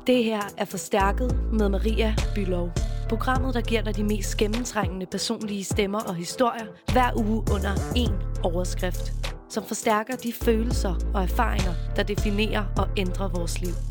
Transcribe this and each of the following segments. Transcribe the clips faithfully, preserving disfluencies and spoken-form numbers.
Det her er Forstærket med Maria Bülow. Programmet, der giver dig de mest gennemtrængende personlige stemmer og historier hver uge under én overskrift, som forstærker de følelser og erfaringer, der definerer og ændrer vores liv.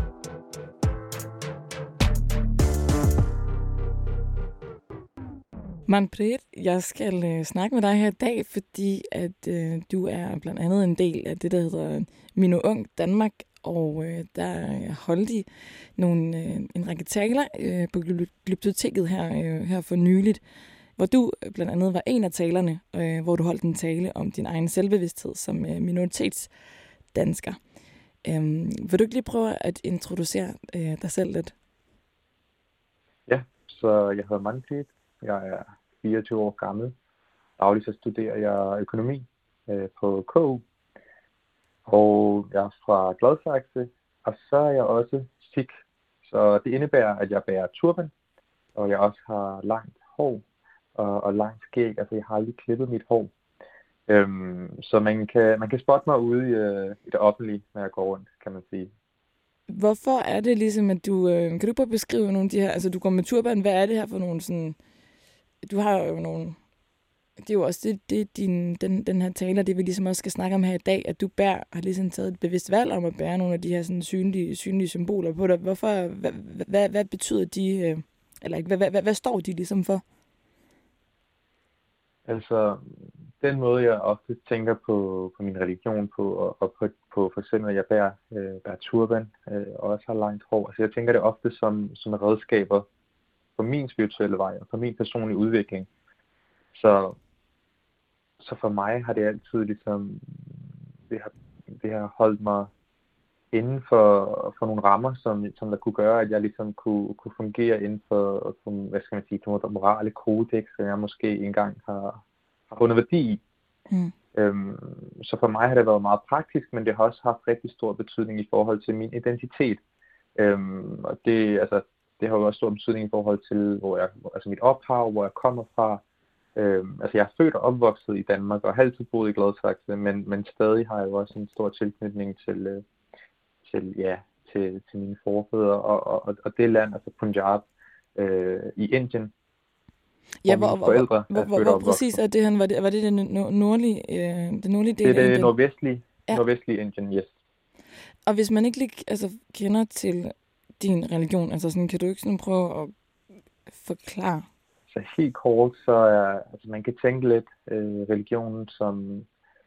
Manfred, jeg skal øh, snakke med dig her i dag, fordi at øh, du er blandt andet en del af det, der hedder Mino Ung Danmark, og øh, der holdt de nogle, øh, en række taler øh, på Glyptoteket her, øh, her for nyligt, hvor du blandt andet var en af talerne, øh, hvor du holdt en tale om din egen selvbevidsthed som øh, minoritetsdansker. Øh, vil du ikke lige prøve at introducere øh, dig selv lidt? Ja, så jeg hedder Manfred. Jeg er fireogtyve år gammel. Dagligt så studerer jeg økonomi øh, på K U. Og jeg er fra Gladsaxe, og så er jeg også sikh. Så det indebærer, at jeg bærer turban, og jeg også har langt hår og, og langt skæg. Altså jeg har aldrig klippet mit hår. Øhm, så man kan, man kan spotte mig ude i, øh, i det offentlige, når jeg går rundt, kan man sige. Hvorfor er det ligesom, at du... Øh, kan du bare beskrive nogle af de her... Altså du går med turban, hvad er det her for nogle sådan... Du har jo nogle... Det er jo også det, det din, den, den her taler, det vi ligesom også skal snakke om her i dag, at du bærer, har ligesom taget et bevidst valg om at bære nogle af de her sådan synlige, synlige symboler på dig. Hvorfor, hvad, hvad, hvad betyder de, eller ikke, hvad, hvad, hvad, hvad står de ligesom for? Altså, den måde, jeg ofte tænker på, på min religion på, og, og på, på for eksempel, at jeg bærer, øh, bærer turban, øh, og også har langt hår. Altså, jeg tænker det ofte som, som redskaber på min spirituelle vej, og på min personlige udvikling. Så, så for mig har det altid ligesom, det har, det har holdt mig inden for, for nogle rammer, som, som der kunne gøre, at jeg ligesom kunne, kunne fungere inden for, for, hvad skal man sige, for morale kodex, som jeg måske engang har, har fundet værdi i. Mm. Øhm, så for mig har det været meget praktisk, men det har også haft rigtig stor betydning i forhold til min identitet. Øhm, og det, altså, det har jo også stor betydning i forhold til, hvor jeg, altså mit ophav, hvor jeg kommer fra. Øhm, altså jeg er født og opvokset i Danmark, og har altid boet i Gladsaxe, men, men stadig har jeg jo også en stor tilknytning til, øh, til, ja, til, til mine forfædre, og, og, og det land, altså Punjab, øh, i Indien, ja, hvor, hvor, forældre hvor, hvor, hvor præcis er det, han var det, var det den nordlige, øh, den nordlige del af Indien? Det er det nordvestlige, ja. nordvestlige Indien, yes. Og hvis man ikke lige altså, kender til din religion, altså sådan, kan du ikke sådan prøve at forklare? Så helt kort, så er, altså man kan tænke lidt øh, religionen som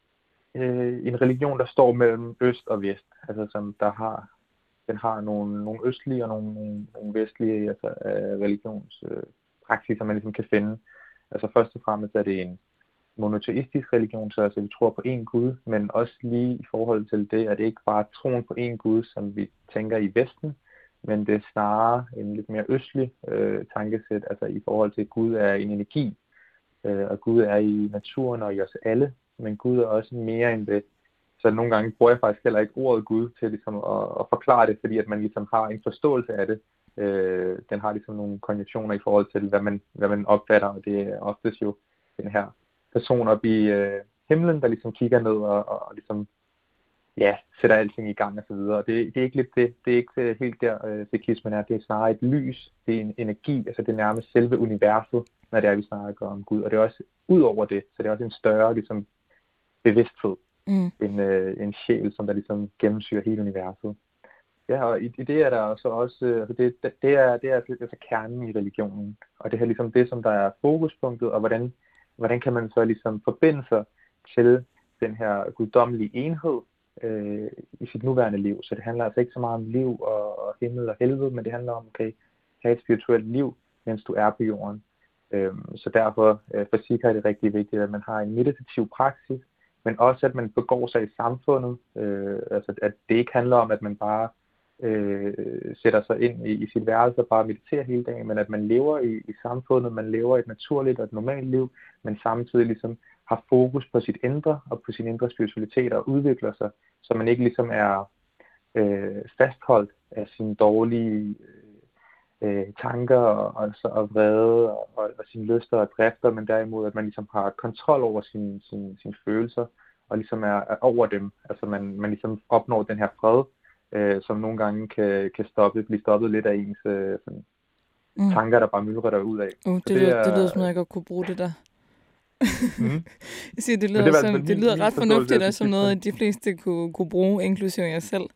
øh, en religion, der står mellem øst og vest. Altså som der har, den har nogle, nogle østlige og nogle, nogle, nogle vestlige altså, øh, religionspraksis, som man ligesom kan finde. Altså først og fremmest er det en monoteistisk religion, så altså, vi tror på én Gud, men også lige i forhold til det, at det ikke bare er troen på én Gud, som vi tænker i Vesten, men det er snarere en lidt mere østlig øh, tankesæt, altså i forhold til, at Gud er en energi, øh, og Gud er i naturen og i os alle, men Gud er også mere end det. Så nogle gange bruger jeg faktisk heller ikke ordet Gud til ligesom at, at forklare det, fordi at man ligesom har en forståelse af det. Øh, den har ligesom nogle konjunktioner i forhold til, hvad man, hvad man opfatter, og det er oftest jo den her person oppe i øh, himlen, der ligesom kigger ned og, og, og ligesom ja, sætter alting i gang og så videre. Og det, det er ikke lidt det. Det er ikke helt der, øh, sikhismen er. Det er snarere et lys. Det er en energi. Altså det er nærmest selve universet, når det er, vi snakker om Gud. Og det er også ud over det. Så det er også en større ligesom, bevidsthed. Mm. En, øh, en sjæl, som der ligesom gennemsyrer hele universet. Ja, og i, i det er der så også, altså det, det, det er, det er altså kernen i religionen. Og det er ligesom det, som der er fokuspunktet, og hvordan, hvordan kan man så ligesom forbinde sig til den her guddommelige enhed, Øh, i sit nuværende liv. Så det handler altså ikke så meget om liv og, og himmel og helvede, men det handler om, okay, have et spirituelt liv, mens du er på jorden. Øhm, så derfor øh, for Sikh er det rigtig vigtigt, at man har en meditativ praksis, men også at man begår sig i samfundet. Øh, altså at det ikke handler om, at man bare øh, sætter sig ind i, i sit værelse og bare mediterer hele dagen, men at man lever i, i samfundet, man lever et naturligt og et normalt liv, men samtidig ligesom har fokus på sit indre og på sin indre spiritualitet og udvikler sig, så man ikke ligesom er øh, fastholdt af sine dårlige øh, tanker og, og, og vrede og, og, og sine lyster og drifter, men derimod at man ligesom har kontrol over sine sin, sin følelser og ligesom er, er over dem. Altså man, man ligesom opnår den her fred, øh, som nogle gange kan, kan stoppe, blive stoppet lidt af ens øh, sådan, mm. tanker, der bare myldrer derud af. Uh, det, det, lyder, er, det lyder som noget, jeg godt kunne bruge det der. Mm. Jeg siger, det lyder, det, som, det lyder min, ret min fornuftigt, og som noget, de fleste kunne, kunne bruge, inklusive jeg selv.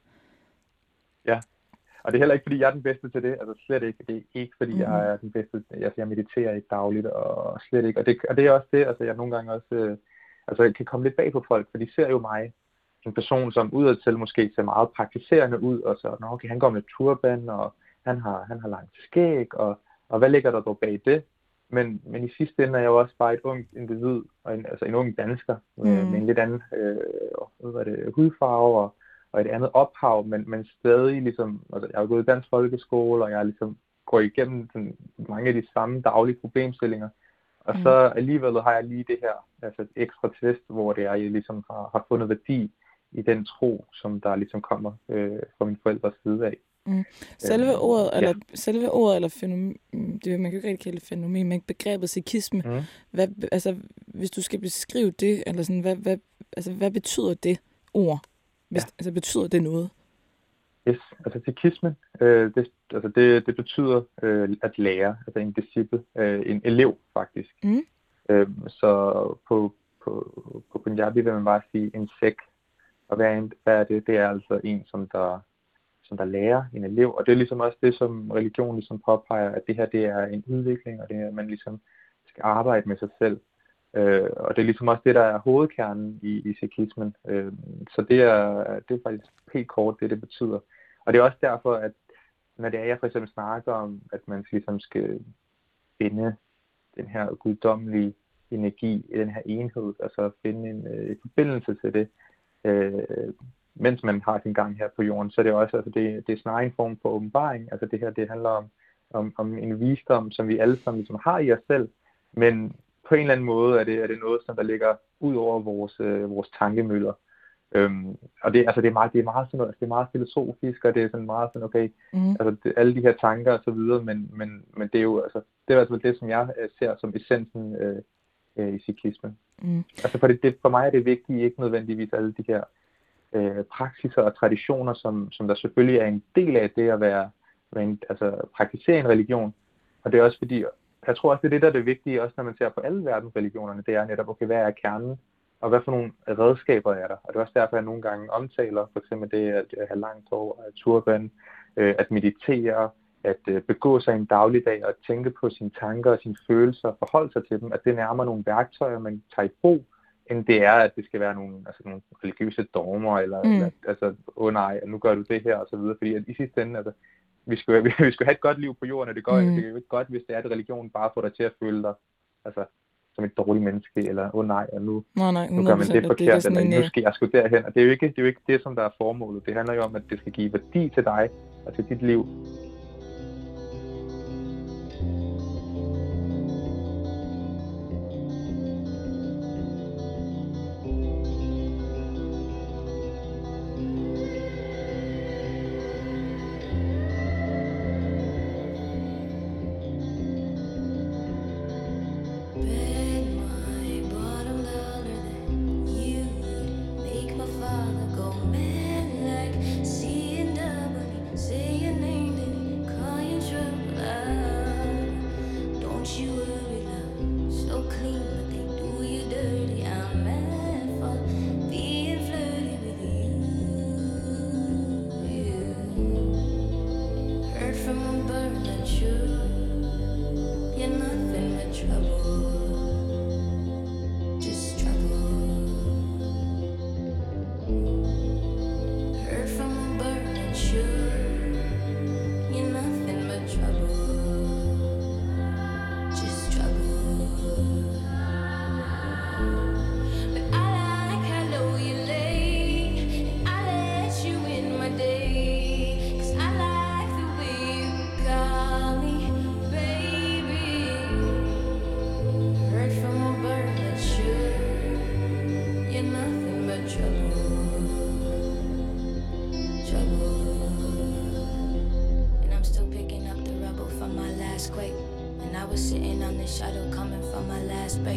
Ja, og det er heller ikke, fordi jeg er den bedste til det. Altså slet ikke. Det er ikke, fordi mm. jeg er den bedste. Altså, jeg mediterer ikke dagligt, og slet ikke. Og det, og det er også det, altså jeg nogle gange også øh, altså, jeg kan komme lidt bag på folk, for de ser jo mig, en person, som udadtil måske ser meget praktiserende ud, og så, nå, okay, han går med turban, og han har, han har langt skæg, og, og hvad ligger der dog bag det? Men, men i sidste ende er jeg jo også bare et ungt individ, og en, altså en ung dansker, mm. øh, med en lidt anden øh, hvad er det, hudfarve og, og et andet ophav, men, men stadig ligesom, altså jeg har gået i dansk folkeskole, og jeg ligesom går igennem sådan, mange af de samme daglige problemstillinger, og mm. så alligevel har jeg lige det her, altså et ekstra twist, hvor det er, jeg ligesom har, har fundet værdi i den tro, som der ligesom kommer øh, fra mine forældres side af. Mm. Selve øhm, ordet, eller, ja. selve ordet, eller fænomen, det, man kan jo ikke rigtig kalde det fænomen, men begrebet sikhisme, mm. hvad, altså, hvis du skal beskrive det, eller sådan, hvad, hvad, altså, hvad betyder det ord? Hvis, ja. Altså, betyder det noget? Yes, altså sikhisme, øh, det, altså det, det betyder øh, at lære, altså en disciple, øh, en elev faktisk. Mm. Øh, så på, på, på Punjabi vil man bare sige en sek, og hvad er, hvad er det? Det er altså en, som der som der lærer en elev, og det er ligesom også det, som religion ligesom påpeger, at det her, det er en udvikling, og det er, at man ligesom skal arbejde med sig selv. Øh, og det er ligesom også det, der er hovedkernen i, i sikhismen. Øh, så det er, det er faktisk helt kort, det det betyder. Og det er også derfor, at når det er, jeg for eksempel snakker om, at man ligesom skal finde den her guddommelige energi i den her enhed, altså finde en, en forbindelse til det, øh, mens man har sin gang her på jorden, så er det også, altså det, det er snarere en form for åbenbaring. Altså det her, det handler om, om, om en visdom, som vi alle sammen ligesom har i os selv, men på en eller anden måde er det, er det noget, som der ligger ud over vores, øh, vores tankemøller. Øhm, og det, altså det, er meget, det er meget sådan noget, altså det er meget filosofisk, og det er sådan meget sådan, okay, mm. altså det, alle de her tanker og så videre, men, men, men det er jo, altså, det er altså det, som jeg ser som essensen øh, øh, i sikhismen. Mm. Altså for, det, det, for mig er det vigtigt, ikke nødvendigvis alle de her Øh, praksiser og traditioner, som, som der selvfølgelig er en del af det at være, være en, altså praktisere en religion. Og det er også fordi, jeg tror også, det er det, der er det vigtige, også når man ser på alle verdensreligionerne, det er netop, okay, hvad er kernen, og hvad for nogle redskaber er der? Og det er også derfor, jeg nogle gange omtaler, for eksempel det at have langt hår, at turban, øh, at meditere, at øh, begå sig en dagligdag og tænke på sine tanker og sine følelser, forholde sig til dem, at det nærmer nogle værktøjer, man tager i brug, end det er, at det skal være nogle, altså nogle religiøse dogmer, eller, mm. eller altså, åh oh, nej, nu gør du det her, og så videre. Fordi at i sidste ende, altså, vi skal, vi, vi skal have et godt liv på jorden, og det, går, mm. det er jo ikke godt, hvis det er, at religionen bare får dig til at føle dig altså, som et dårligt menneske, eller åh oh, nej, og nu, nej, nej, nu gør man det forkert, det eller nu skal jeg sgu derhen. Og det er jo ikke det, er jo ikke det, som der er formålet. Det handler jo om, at det skal give værdi til dig, og til dit liv.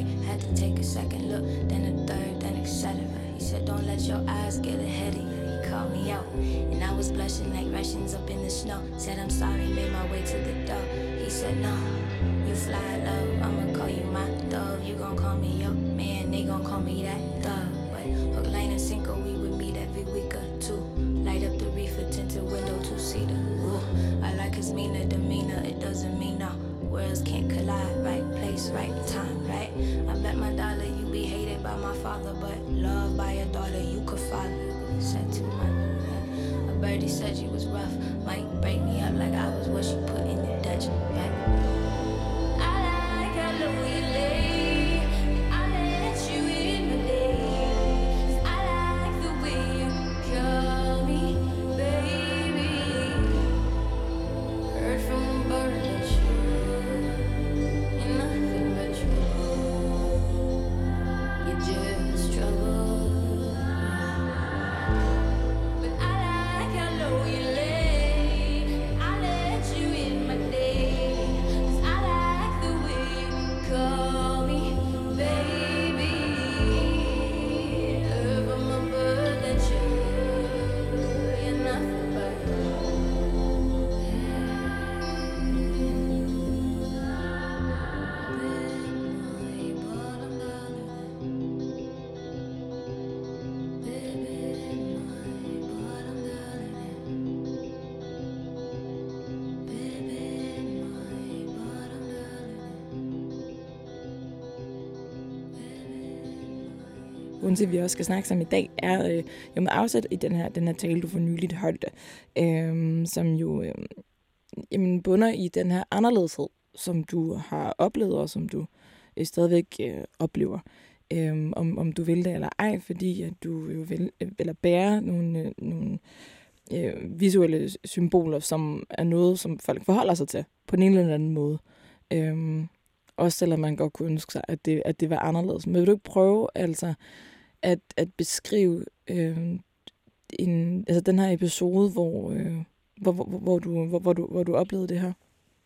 Second look, then a third, then et cetera. He said, don't let your eyes get ahead of you. He call me out. And I was blushing like Russians up in the snow. Said I'm sorry, made my way to the door. He said no, you fly low, I'ma call you my dove. You gon' call me your man, they gon' call me that dove. But hook, line, and sinker, we would meet every week or two. Light up the reefer, tinted window, two-seater. Ooh, I like his meaner, demeanor, it doesn't mean no. Worlds can't collide, right place, right time, right? I bet my dollar you be hated by my father, but loved by your daughter, you could father. Said too much. A birdie said you was rough, might break me up like I was what she put in the Dutch, right? I like how low you lay, I let you in my day. I like the way you call me, baby. Heard from a bird that you ain't nothing but trouble. You just trouble. But I like how low you lay. I let you in my day. 'Cause I like the way you call me, baby. Heard from a bird that you ain't nothing but Grunden til, at vi også skal snakke sammen i dag, er øh, jo med afsæt i den her, den her tale, du for nyligt holdt, øh, som jo øh, jamen, bunder i den her anderledeshed, som du har oplevet, og som du øh, stadigvæk øh, oplever, øh, om, om du vil det eller ej, fordi at du jo vil, eller bærer nogle, øh, nogle øh, visuelle symboler, som er noget, som folk forholder sig til på en eller anden måde. Øh, også selvom man godt kunne ønske sig, at det, at det var anderledes. Men vil du ikke prøve altså at, at beskrive øh, en, altså den her episode, hvor, øh, hvor, hvor, hvor, du, hvor, hvor, du, hvor du oplevede det her?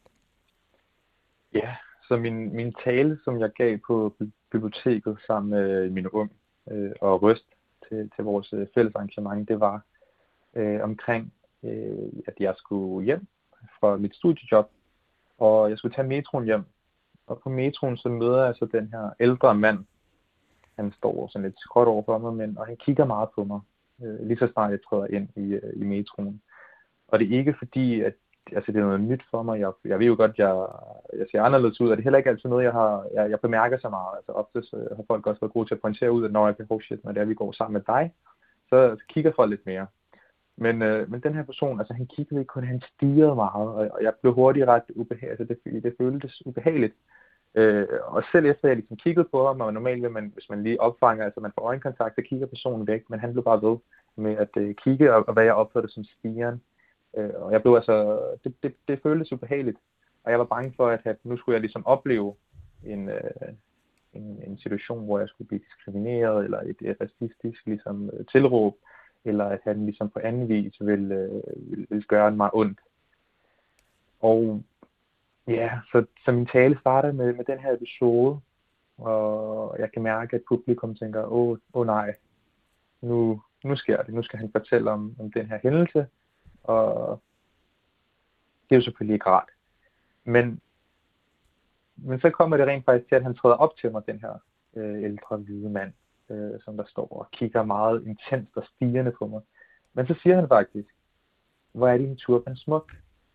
Ja, så min, min tale, som jeg gav på biblioteket sammen med min ung øh, og Røst til, til vores øh, fælles arrangement, det var øh, omkring, øh, at jeg skulle hjem fra mit studiejob, og jeg skulle tage metroen hjem. Og på metroen så møder jeg så den her ældre mand. Han står sådan lidt skråt over for mig, men, og han kigger meget på mig, øh, lige så snart jeg træder ind i, øh, i metroen. Og det er ikke fordi, at altså, det er noget nyt for mig. Jeg, jeg ved jo godt, at jeg, jeg ser anderledes ud, og det er heller ikke altid noget, jeg, har, jeg, jeg bemærker så meget. Altså ofte så har folk også været gode til at pointere ud, at når jeg oh shit, når det er, vi går sammen med dig, så, så kigger folk lidt mere. Men, øh, men den her person, altså han kiggede ikke kun, han stirrede meget, og, og jeg blev hurtigt ret ubehageligt, altså det, det føltes ubehageligt. Øh, og selv efter jeg ligesom kiggede på ham, og normalt vil man, hvis man lige opfanger, altså man får øjenkontakt, så kigger personen væk, men han blev bare ved med at øh, kigge, og, og hvad jeg opførte som stigen. Øh, og jeg blev altså, det, det, det føltes ubehageligt, og jeg var bange for, at, at nu skulle jeg ligesom opleve en, øh, en, en situation, hvor jeg skulle blive diskrimineret, eller et, et racistisk ligesom, tilråb, eller at han ligesom på anden vis ville, øh, ville, ville gøre mig ondt. Og ja, så, så min tale starter med, med den her episode, og jeg kan mærke, at publikum tænker, åh, åh nej, nu, nu sker det, nu skal han fortælle om, om den her hændelse, og det er jo selvfølgelig ikke rart. Men, men så kommer det rent faktisk til, at han træder op til mig, den her øh, ældre hvide mand, øh, som der står og kigger meget intenst og stirrende på mig. Men så siger han faktisk, hvor er din turban smuk?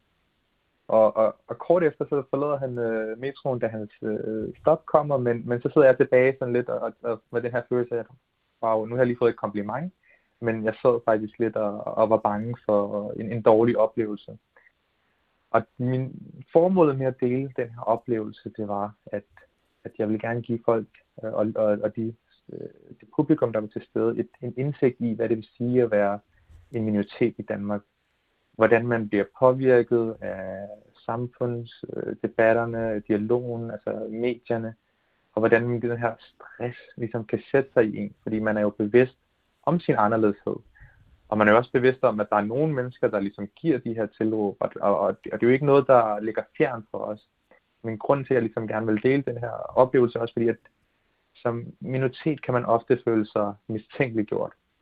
Og, og, og kort efter, så forlader han øh, metroen, da hans øh, stop kommer, men, men så sidder jeg tilbage sådan lidt, og, og, og med den her følelse af, at wow, nu har jeg lige fået et kompliment, men jeg sad faktisk lidt og, og var bange for en, en dårlig oplevelse. Og min formålet med at dele den her oplevelse, det var, at, at jeg ville gerne give folk øh, og, og, og de, øh, det publikum, der var til stede, et, en indsigt i, hvad det vil sige at være en minoritet i Danmark. Hvordan man bliver påvirket af samfundsdebatterne, dialogen, altså medierne, og hvordan man den her stress ligesom kan sætte sig i en, fordi man er jo bevidst om sin anderledeshed. Og man er jo også bevidst om, at der er nogle mennesker, der ligesom giver de her tilråb, og, og, og det er jo ikke noget, der ligger fjern for os. Men grunden til, at jeg ligesom gerne vil dele den her oplevelse, også fordi, at som minoritet kan man ofte føle sig mistænkeliggjort.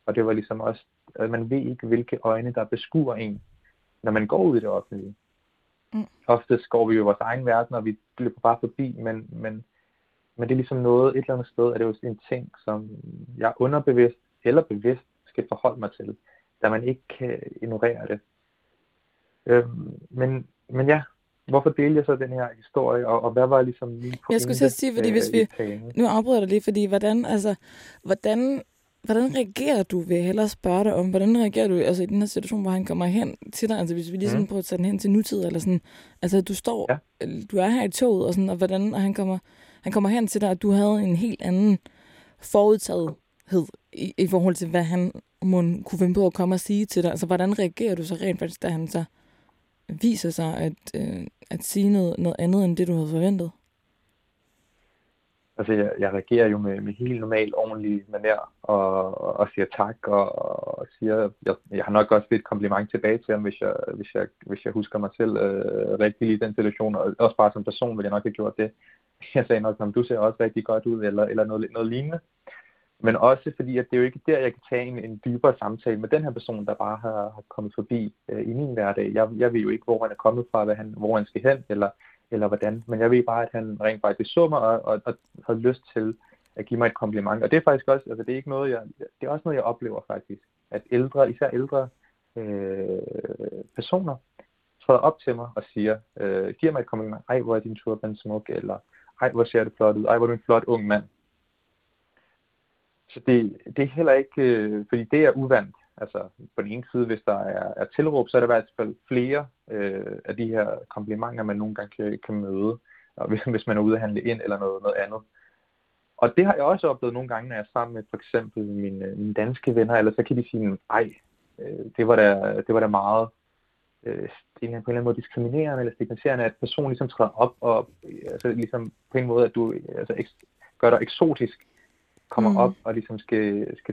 Og det var ligesom også, at man ved ikke, hvilke øjne, der beskuer en, når man går ud i det offentlige. Mm. Oftest går vi jo i vores egen verden, og vi løber bare forbi, men, men, men det er ligesom noget, et eller andet sted, er det jo en ting, som jeg underbevidst eller bevidst skal forholde mig til, da man ikke kan ignorere det. Øhm, men, men ja, hvorfor delte jeg så den her historie, og, og hvad var ligesom min pointe? Jeg skulle til sige, fordi hvis vi, nu afbryder jeg dig lige, fordi hvordan, altså, hvordan, hvordan reagerer du, vil jeg hellere spørge dig om, hvordan reagerer du altså, i den her situation, hvor han kommer hen til dig, altså hvis vi ligesom mm. prøver at tage den hen til nutid, eller sådan, altså du står, ja. du er her i toget, og, sådan, og hvordan, og han kommer, han kommer hen til dig, og du havde en helt anden forudtagethed i, i forhold til, hvad han må kunne finde på at komme og sige til dig, altså hvordan reagerer du så rent faktisk, da han så viser sig at, øh, at sige noget, noget andet, end det du havde forventet? Altså, jeg, jeg reagerer jo med, med helt normal, ordentlig manér, og, og siger tak, og, og siger, jeg, jeg har nok også lidt kompliment tilbage til ham, hvis jeg, hvis jeg, hvis jeg husker mig selv øh, rigtig i den situation, og også bare som person vil jeg nok have gjort det. Jeg sagde nok, du ser også rigtig godt ud, eller, eller noget, noget lignende. Men også fordi, at det er jo ikke der, jeg kan tage en, en dybere samtale med den her person, der bare har, har kommet forbi øh, i min hverdag. Jeg, jeg ved jo ikke, hvor han er kommet fra, hvad han, hvor han skal hen, eller, eller hvordan. Men jeg ved bare, at han rent faktisk så mig, og, og, og har lyst til at give mig et kompliment. Og det er faktisk også, altså det er ikke noget, jeg, det er også noget, jeg oplever faktisk. At ældre, især ældre øh, personer, træder op til mig og siger, øh, giver mig et kompliment. Ej, hvor er din turban smuk, eller ej, hvor ser det flot ud. Ej, hvor er du en flot ung mand. Så det, det er heller ikke, øh, fordi det er uvandt. Altså på den ene side, hvis der er, er tilråb, så er der i hvert fald flere øh, af de her komplimenter, man nogle gange kan, kan møde, og hvis, hvis man er ude at handle ind eller noget, noget andet. Og det har jeg også oplevet nogle gange, når jeg er sammen med for eksempel mine, mine danske venner, eller så kan de sige, ej, øh, det var da, det var da meget øh, på en eller anden måde diskriminerende eller stigmatiserende, at personen ligesom træder op, og altså, ligesom på en måde, at du altså, eks, gør dig eksotisk, kommer mm. op og ligesom skal, skal,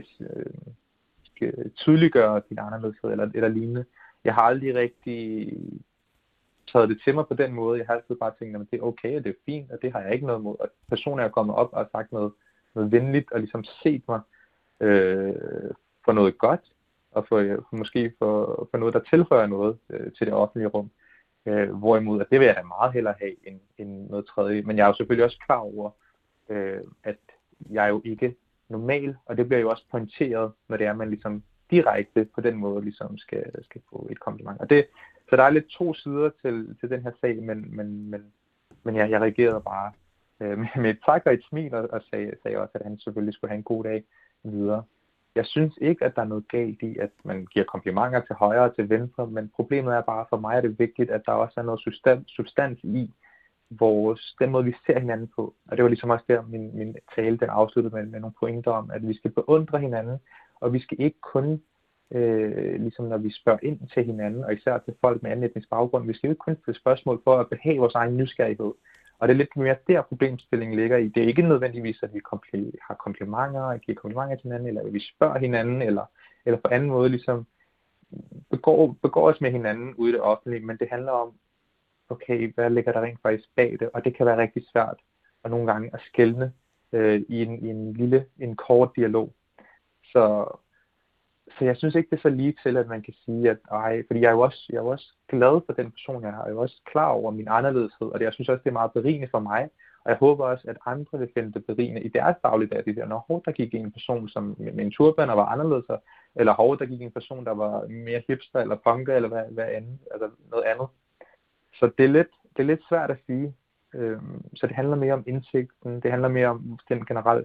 skal tydeliggøre din anderledeshed eller, eller lignende. Jeg har aldrig rigtig taget det til mig på den måde. Jeg har altid bare tænkt, at det er okay, og det er fint, og det har jeg ikke noget mod. Og personen er kommet op og har sagt noget, noget venligt, og ligesom set mig øh, for noget godt, og for, for måske for, for noget, der tilføjer noget øh, til det offentlige rum. Øh, hvorimod, at det vil jeg da meget hellere have end, end noget tredje. Men jeg er jo selvfølgelig også klar over, øh, at jeg er jo ikke normal, og det bliver jo også pointeret, når det er, man ligesom direkte på den måde ligesom skal, skal få et kompliment. Og det, så der er lidt to sider til, til den her sag, men, men, men, men ja, jeg reagerede bare øh, med, med et tak og et smil, og, og sagde, sagde også, at han selvfølgelig skulle have en god dag videre. Jeg synes ikke, at der er noget galt i, at man giver komplimenter til højre og til venstre, men problemet er bare, for mig er det vigtigt, at der også er noget substans, substans i, vores, den måde, vi ser hinanden på. Og det var ligesom også der, min, min tale, den afsluttede med, med nogle pointer om, at vi skal beundre hinanden, og vi skal ikke kun, øh, ligesom når vi spørger ind til hinanden, og især til folk med anden etnisk baggrund, vi skal ikke kun stille spørgsmål for at behage vores egen nysgerrighed. Og det er lidt mere der, problemstillingen ligger i. Det er ikke nødvendigvis, at vi kompl- har komplimenter, giver komplimenter til hinanden, eller at vi spørger hinanden, eller, eller på anden måde ligesom begår, begår os med hinanden ude i det offentlige, men det handler om, okay, hvad ligger der rent faktisk bag det? Og det kan være rigtig svært, og nogle gange at skelne øh, i, en, i en lille, en kort dialog. Så, så jeg synes ikke, det er så lige til, at man kan sige, at ej, fordi jeg er jo også, jeg er jo også glad for den person, jeg har. Jeg er jo også klar over min anderledeshed, og det, jeg synes også, det er meget berigende for mig. Og jeg håber også, at andre vil finde det berigende i deres dagligdag. Det der, når hov, der gik en person som, med, med en turban og var anderledes, eller hov, der gik en person, der var mere hipster eller punker, eller hvad, hvad andet, altså noget andet. Så det er lidt, det er lidt svært at sige. Øhm, så det handler mere om indsigten. Det handler mere om den generelle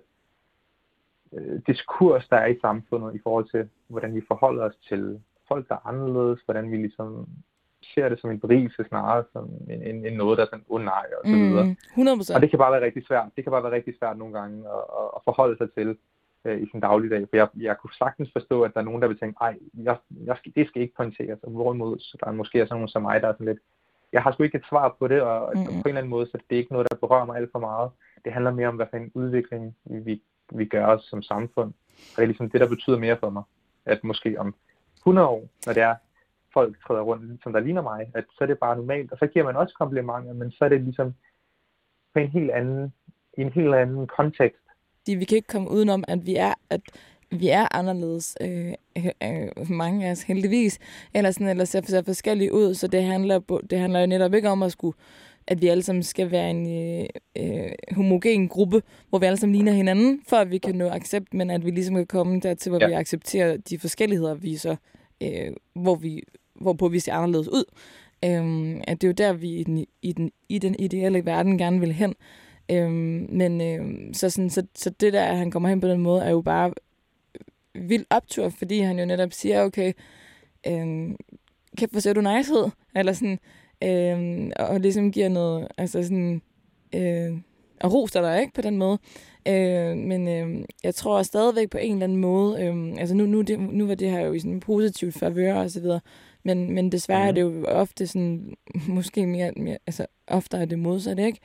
øh, diskurs, der er i samfundet i forhold til, hvordan vi forholder os til folk, der er anderledes. Hvordan vi ligesom ser det som en berigelse snarere som en, en, en noget, der er sådan undnej og så videre. Mm, hundrede procent. Og det kan bare være rigtig svært. Det kan bare være rigtig svært nogle gange at, at forholde sig til øh, i sin dagligdag. For jeg, jeg kunne sagtens forstå, at der er nogen, der vil tænke, ej, jeg, jeg skal, det skal ikke pointeres. Og hvorimod, så der er måske sådan nogen som mig, der er sådan lidt, jeg har sgu ikke et svar på det, og mm. på en eller anden måde, så det er ikke noget, der berører mig alt for meget. Det handler mere om, hvad for en udvikling vi, vi gør os som samfund. Og det er ligesom det, der betyder mere for mig. At måske om hundrede år, når det er, folk træder rundt, som der ligner mig, at så er det bare normalt. Og så giver man også komplimenter, men så er det ligesom på en helt anden, i en helt anden kontekst. Vi kan ikke komme udenom, at vi er, at vi er anderledes, øh, øh, mange af os heldigvis, eller, sådan, eller ser, ser forskellige ud, så det handler, det handler jo netop ikke om at skulle, at vi alle sammen skal være en øh, øh, homogen gruppe, hvor vi alle sammen ligner hinanden, for at vi kan nå accept, men at vi ligesom kan komme dertil, hvor ja. vi accepterer de forskelligheder, vi så, øh, hvor vi, hvorpå vi ser anderledes ud. Øh, at det er jo der, vi i den, i den, i den ideelle verden gerne vil hen. Øh, men øh, så, sådan, så, så det der, at han kommer hen på den måde, er jo bare vild optur, fordi han jo netop siger, okay, øh, kæft, hvor ser du nice ud? Eller sådan, øh, og ligesom giver noget, altså sådan, øh, og roser dig, ikke, på den måde. Øh, men øh, jeg tror stadigvæk på en eller anden måde, øh, altså nu, nu, det, nu var det her jo i sådan en positivt favør og så videre, men, men desværre mm. er det jo ofte sådan, måske mere, mere altså ofte er det modsat, ikke?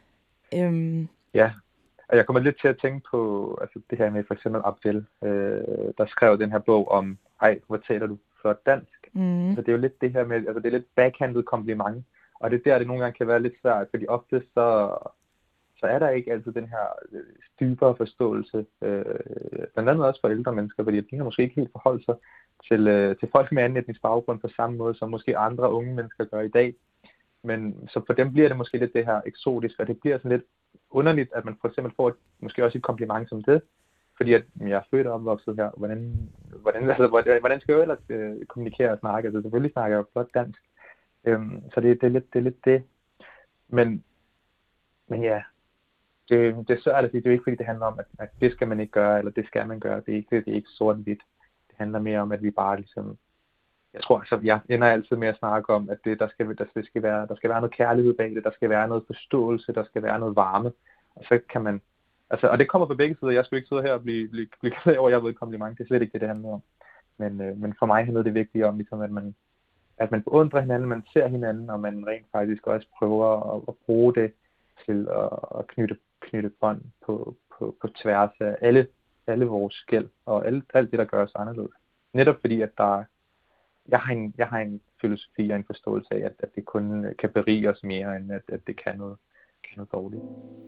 Øh, ja. Og jeg kommer lidt til at tænke på altså det her med for eksempel Abdel, øh, der skrev den her bog om, ej, hvor taler du flot dansk? Mm. Så det er jo lidt det her med, altså det er lidt backhandet kompliment. Og det er der, det nogle gange kan være lidt svært, fordi ofte så, så er der ikke altid den her dybere forståelse, øh, blandt andet også for ældre mennesker, fordi de har måske ikke helt forholdt sig til, øh, til folk med anden etnisk baggrund på samme måde, som måske andre unge mennesker gør i dag. Men så for dem bliver det måske lidt det her eksotisk, og det bliver sådan lidt underligt, at man for eksempel får et, måske også et kompliment som det, fordi at jeg er født og opvokset her. Hvordan, hvordan, altså, hvordan skal jeg ellers øh, kommunikere og snakke? Altså selvfølgelig snakker jeg jo flot dansk. Øhm, så det, det, er lidt, det er lidt det. Men, men ja, det, det er svært at sige. Det er jo ikke fordi det handler om, at, at det skal man ikke gøre, eller det skal man gøre. Det er ikke, det er ikke sort-hvidt. Det handler mere om, at vi bare ligesom, jeg tror, så jeg ender altid med at snakke om, at det, der, skal, der, der, skal være, der skal være noget kærlighed bag det, der skal være noget forståelse, der skal være noget varme, og så kan man, altså, og det kommer på begge sider. Jeg skulle ikke sidde her og blive, blive, blive ked over, at jeg ved et kompliment. Det er slet ikke det, det handler om. Men, øh, men for mig handler det vigtigt om, ligesom, at man, at man beundrer hinanden, man ser hinanden, og man rent faktisk også prøver at, at bruge det til at, at knytte, knytte bånd på, på, på tværs af alle, alle vores skel, og alt, alt det, der gør os anderledes. Netop fordi, at der Jeg har, en, jeg har en filosofi og en forståelse af, at, at det kun kan berige os mere, end at, at det kan noget, kan noget dårligt.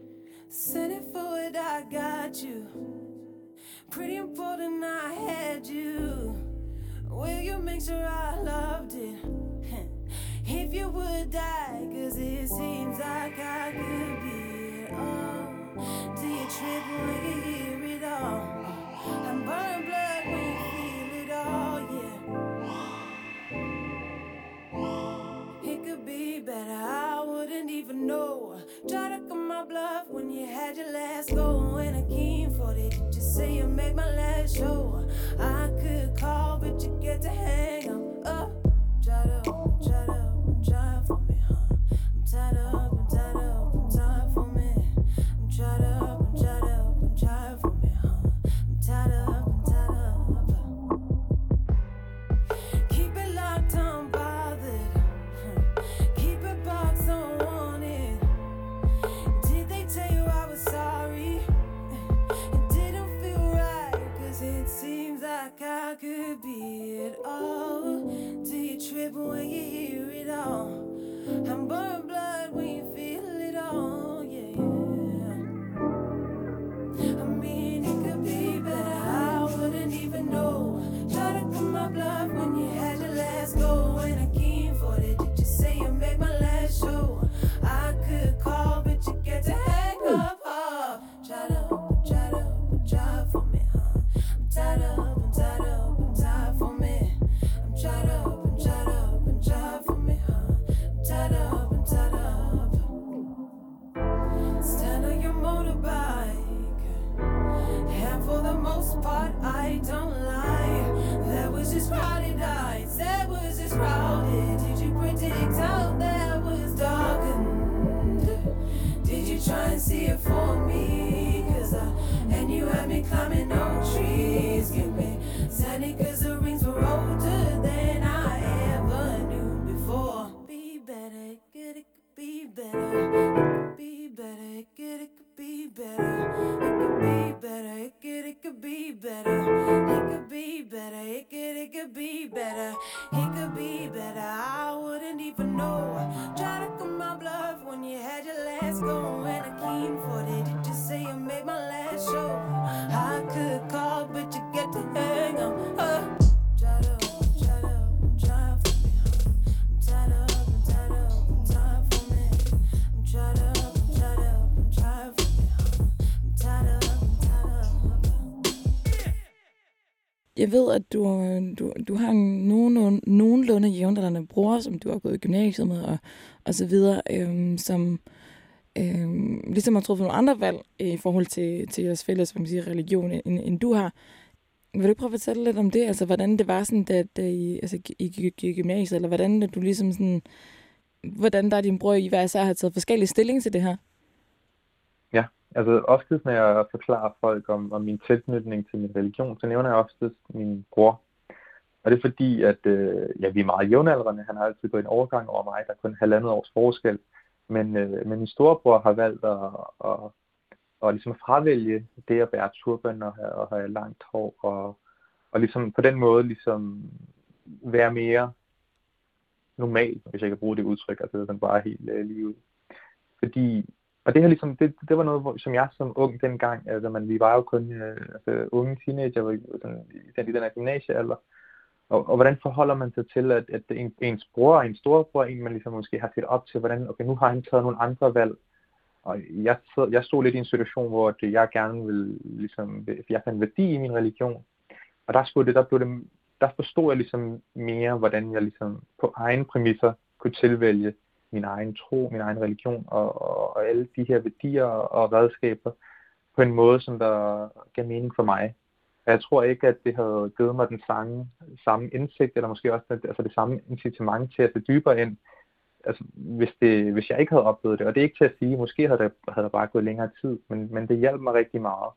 Send it forward, I got you. Pretty important, I had you. Will you make sure I loved it? If you would die, cause it seems like I could be it all. Do you trip when you hear it all? I'm burning blood when you feel it all, yeah. It could be better, I wouldn't even know. Try to cut my bluff when you had your last go. And I came for it, you just say you made my last show. I could call, but you get to hang up. up. Try to, try to, try for me, huh? I'm tied up, I'm tied up, I'm tired for me. I'm tied up, I'm tied up, I'm tired for me, huh? I'm tied up, I'm tied up. Keep it locked, I'm bothered. Keep it boxed, don't want it. Did they tell you I was sorry? It didn't feel right, cause it seems like I could be it all. Do you trip when you hear it all? I'm burning blood when you feel it all, yeah, yeah. I mean, it could be better, I wouldn't even know. Try to cut my bluff when you had your last go. And I came for it, did you say you made my last show? I could call, but you get to hang up, oh. Try to, try to, try for me, huh? I'm tied up, I'm tied up, I'm tired for me. I'm tied up, I'm tied up, I'm tired for me, huh? I'm tied up, I'm tied up. Stand on your motorbike, and for the most part, I don't lie. That was just crowded nights, that was just crowded. Did you predict how that was darkened? Did you try and see it for me? Cause I, and you had me climbing no trees. Give me sandy cause the rings were older than I ever knew before. Be better, get it could be better. It could be better, get it could be better. It could be better, it could, it could be better. It could be better, it could, it could be better. It could be better, I wouldn't even know. Try to cut my bluff when you had your last go. And I came for it, did you say you made my last show? I could call, but you get to jeg ved, at du, du, du har en nogenlunde, nogenlunde jævnaldrende bror, som du har gået i gymnasiet med, og, og så videre, øhm, som øhm, ligesom har truffet nogle andre valg i forhold til, til jeres fælles, man siger, religion, end, end du har. Vil du prøve at fortælle lidt om det? Altså, hvordan det var sådan, da, da I, altså, i, i gymnasiet, eller hvordan du ligesom sådan, hvordan der er din bror i hver især har taget forskellige stilling til det her? Ja, altså oftest, når jeg forklarer folk om, om min tilknytning til min religion, så nævner jeg oftest min bror. Og det er fordi, at øh, ja, vi er meget jævnaldrende. Han har altid gået en overgang over mig. Der er kun halvandet års forskel. Men, øh, men min storebror har valgt at, at, at, at ligesom fravælge det at bære turban og have, og have langt hår. Og, og ligesom på den måde ligesom være mere normal, hvis jeg kan bruge det udtryk. Altså sådan bare helt øh, lige ud. Fordi, og det her ligesom, det, det var noget, hvor, som jeg som ung dengang, altså man, vi var jo kun øh, altså, unge teenager, var sådan, i, i den her gymnasiealder. Og, og hvordan forholder man sig til, at, at en, ens bror og en storebror, en man ligesom måske har set op til, hvordan, okay, nu har han taget nogle andre valg. Og jeg, jeg stod lidt i en situation, hvor det, jeg gerne ville, ligesom, jeg fandt værdi i min religion. Og der, skulle det, der, blev det, der forstod jeg ligesom mere, hvordan jeg ligesom på egen præmisser kunne tilvælge min egen tro, min egen religion og, og, og alle de her værdier og redskaber på en måde, som der gav mening for mig. Jeg tror ikke, at det havde givet mig den samme, samme indsigt, eller måske også altså det samme incitament til at se dybere ind, altså, hvis, det, hvis jeg ikke havde oplevet det. Og det er ikke til at sige, måske havde det, havde det bare gået længere tid, men, men det hjalp mig rigtig meget,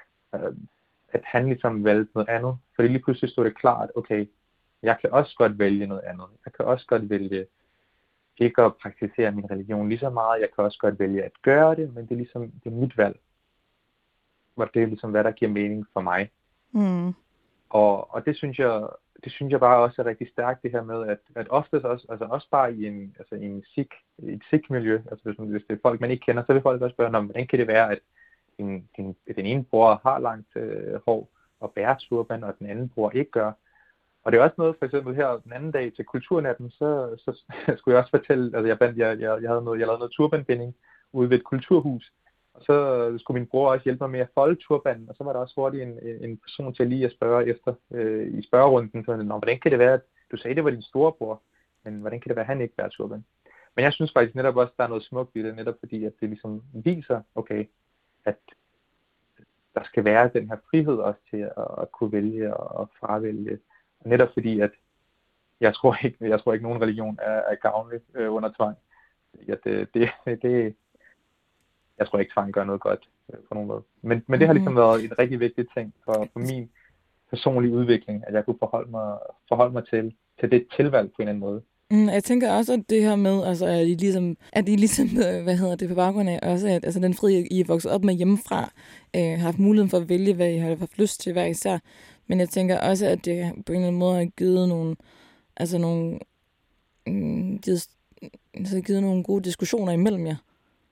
at han ligesom valgte noget andet. Fordi lige pludselig stod det klart, okay, jeg kan også godt vælge noget andet. Jeg kan også godt vælge ikke at praktisere min religion lige så meget. Jeg kan også godt vælge at gøre det, men det er ligesom det er mit valg. Hvor det er ligesom, hvad der giver mening for mig. Mm. Og, og det synes jeg, det synes jeg bare også er rigtig stærkt, det her med, at, at oftest også, altså også bare i en, altså i en sikh, et sikh-miljø, altså hvis, hvis det er folk, man ikke kender, så vil folk også spørge, hvordan kan det være, at din, din, den ene bror har langt øh, hår og bærer turban, og den anden bror ikke gør. Og det er også noget, for eksempel her den anden dag til kulturnatten, så, så skulle jeg også fortælle, altså jeg, bandt, jeg, jeg, jeg, havde noget, jeg lavede noget turbanbinding ude ved et kulturhus, og så skulle min bror også hjælpe mig med at folde turbanen, og så var der også hurtigt en, en person til lige at spørge efter øh, i spørgerunden, så, hvordan kan det være, at du sagde, det var din storebror, men hvordan kan det være, at han ikke bærer turban? Men jeg synes faktisk netop også, at der er noget smukt i det, netop fordi, at det ligesom viser, okay, at der skal være den her frihed også til at, at kunne vælge og fravælge. Netop fordi, at jeg tror ikke, jeg tror ikke nogen religion er, er gavnlig øh, under tvang. At, øh, det, det, jeg tror ikke, tvang gør noget godt øh, på nogen måde. Men, men det har ligesom været en rigtig vigtig ting for, for min personlige udvikling, at jeg kunne forholde mig, forholde mig til, til det tilvalg på en eller anden måde. Mm, jeg tænker også, at det her med, altså, at I ligesom, at I ligesom, hvad hedder det, på baggrund af også, at altså, den frihed, I er vokset op med hjemmefra, øh, har haft muligheden for at vælge, hvad I har haft lyst til hver især. Men jeg tænker også, at det på en eller anden måde har givet nogle, altså nogle, mm, givet, altså givet nogle gode diskussioner imellem jer.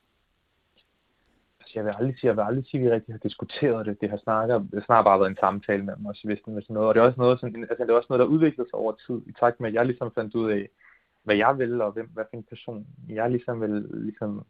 Altså, jeg vil aldrig sige, jeg vil aldrig sige, at vi rigtig har diskuteret det. Det har snakket, det har bare været en samtale mellem os, hvis det noget. Og det er også noget, sådan, altså, det er også noget, der udvikler sig over tid, i takt med, at jeg ligesom fandt ud af, hvad jeg vil, og hvem, hvad for en person jeg ligesom vil ligesom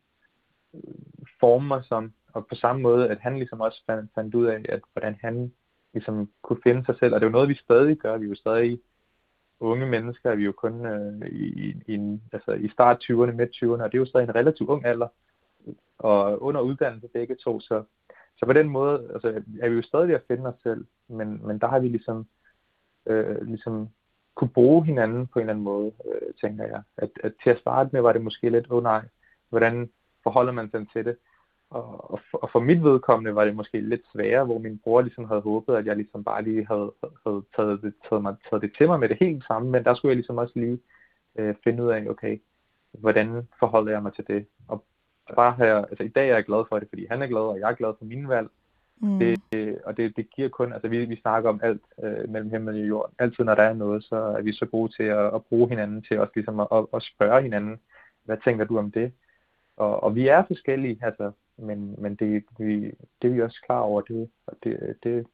forme mig som. Og på samme måde, at han ligesom også fandt, fandt ud af, at hvordan han ligesom kunne finde sig selv. Og det er jo noget, vi stadig gør. Vi er jo stadig unge mennesker. Vi er jo kun øh, i, i, altså, i start tyverne, midt tyverne, og det er jo stadig en relativt ung alder. Og under uddannelse begge to. Så, så på den måde altså, er vi jo stadig ved at finde os selv. Men, men der har vi ligesom, øh, ligesom kunne bruge hinanden på en eller anden måde, øh, tænker jeg. At, at til at starte med var det måske lidt, åh oh, nej, hvordan forholder man sig til det? Og, og, for, og for mit vedkommende var det måske lidt sværere, hvor min bror ligesom havde håbet, at jeg ligesom bare lige havde, havde taget, det, taget, mig, taget det til mig med det helt samme. Men der skulle jeg ligesom også lige øh, finde ud af, okay, hvordan forholder jeg mig til det? Og bare her, altså i dag er jeg glad for det, fordi han er glad, og jeg er glad for mine valg. Mm. Det, og det, det giver kun, altså vi, vi snakker om alt øh, mellem himmel og jord. Altid når der er noget, så er vi så gode til at, at bruge hinanden til også ligesom at, at, at spørge hinanden, hvad tænker du om det? Og, og vi er forskellige, altså, men, men det, vi, det er vi også klar over, det, og det, det,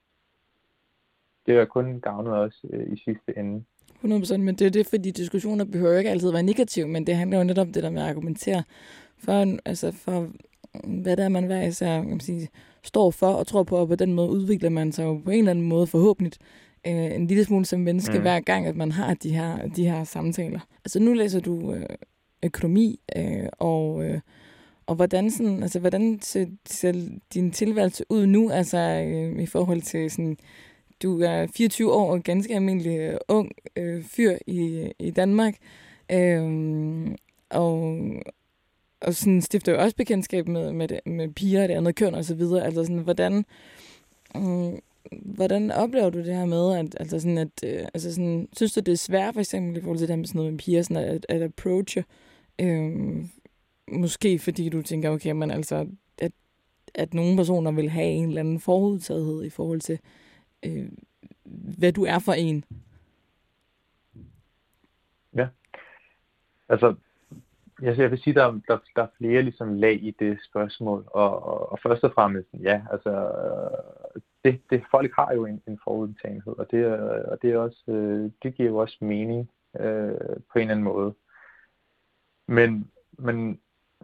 det er kun gavnet os øh, i sidste ende. hundrede procent, men det er det, fordi diskussioner behøver ikke altid være negative, men det handler jo netop om det der med at argumentere for, altså for hvad det er, man hver især kan sige, står for og tror på, og på den måde udvikler man sig jo på en eller anden måde forhåbentlig øh, en lille smule som menneske, Mm. hver gang, at man har de her, de her samtaler. Altså nu læser du øh, økonomi, øh, og, øh, og hvordan, sådan, altså, hvordan ser, ser din tilværelse ud nu, altså øh, i forhold til sådan, du er fireogtyve år og ganske almindelig øh, ung øh, fyr i, i Danmark, øh, og, og sådan stifter jo også bekendtskab med, med, det, med piger af det andet køn og så videre. Altså sådan, hvordan, øh, hvordan oplever du det her med, at, altså sådan, at øh, altså sådan, synes du det er svært for eksempel i forhold til det her med sådan noget med piger, sådan at, at approache, øh, måske fordi du tænker, okay, men altså, at, at nogle personer vil have en eller anden forudtagethed i forhold til, øh, hvad du er for en? Ja, altså, jeg, jeg vil sige, der, der, der er flere ligesom lag i det spørgsmål, og, og, og først og fremmest, ja, altså, det, det, folk har jo en, en forudtagenhed, og det, og det, er også, øh, det giver jo også mening øh, på en eller anden måde. Men, men,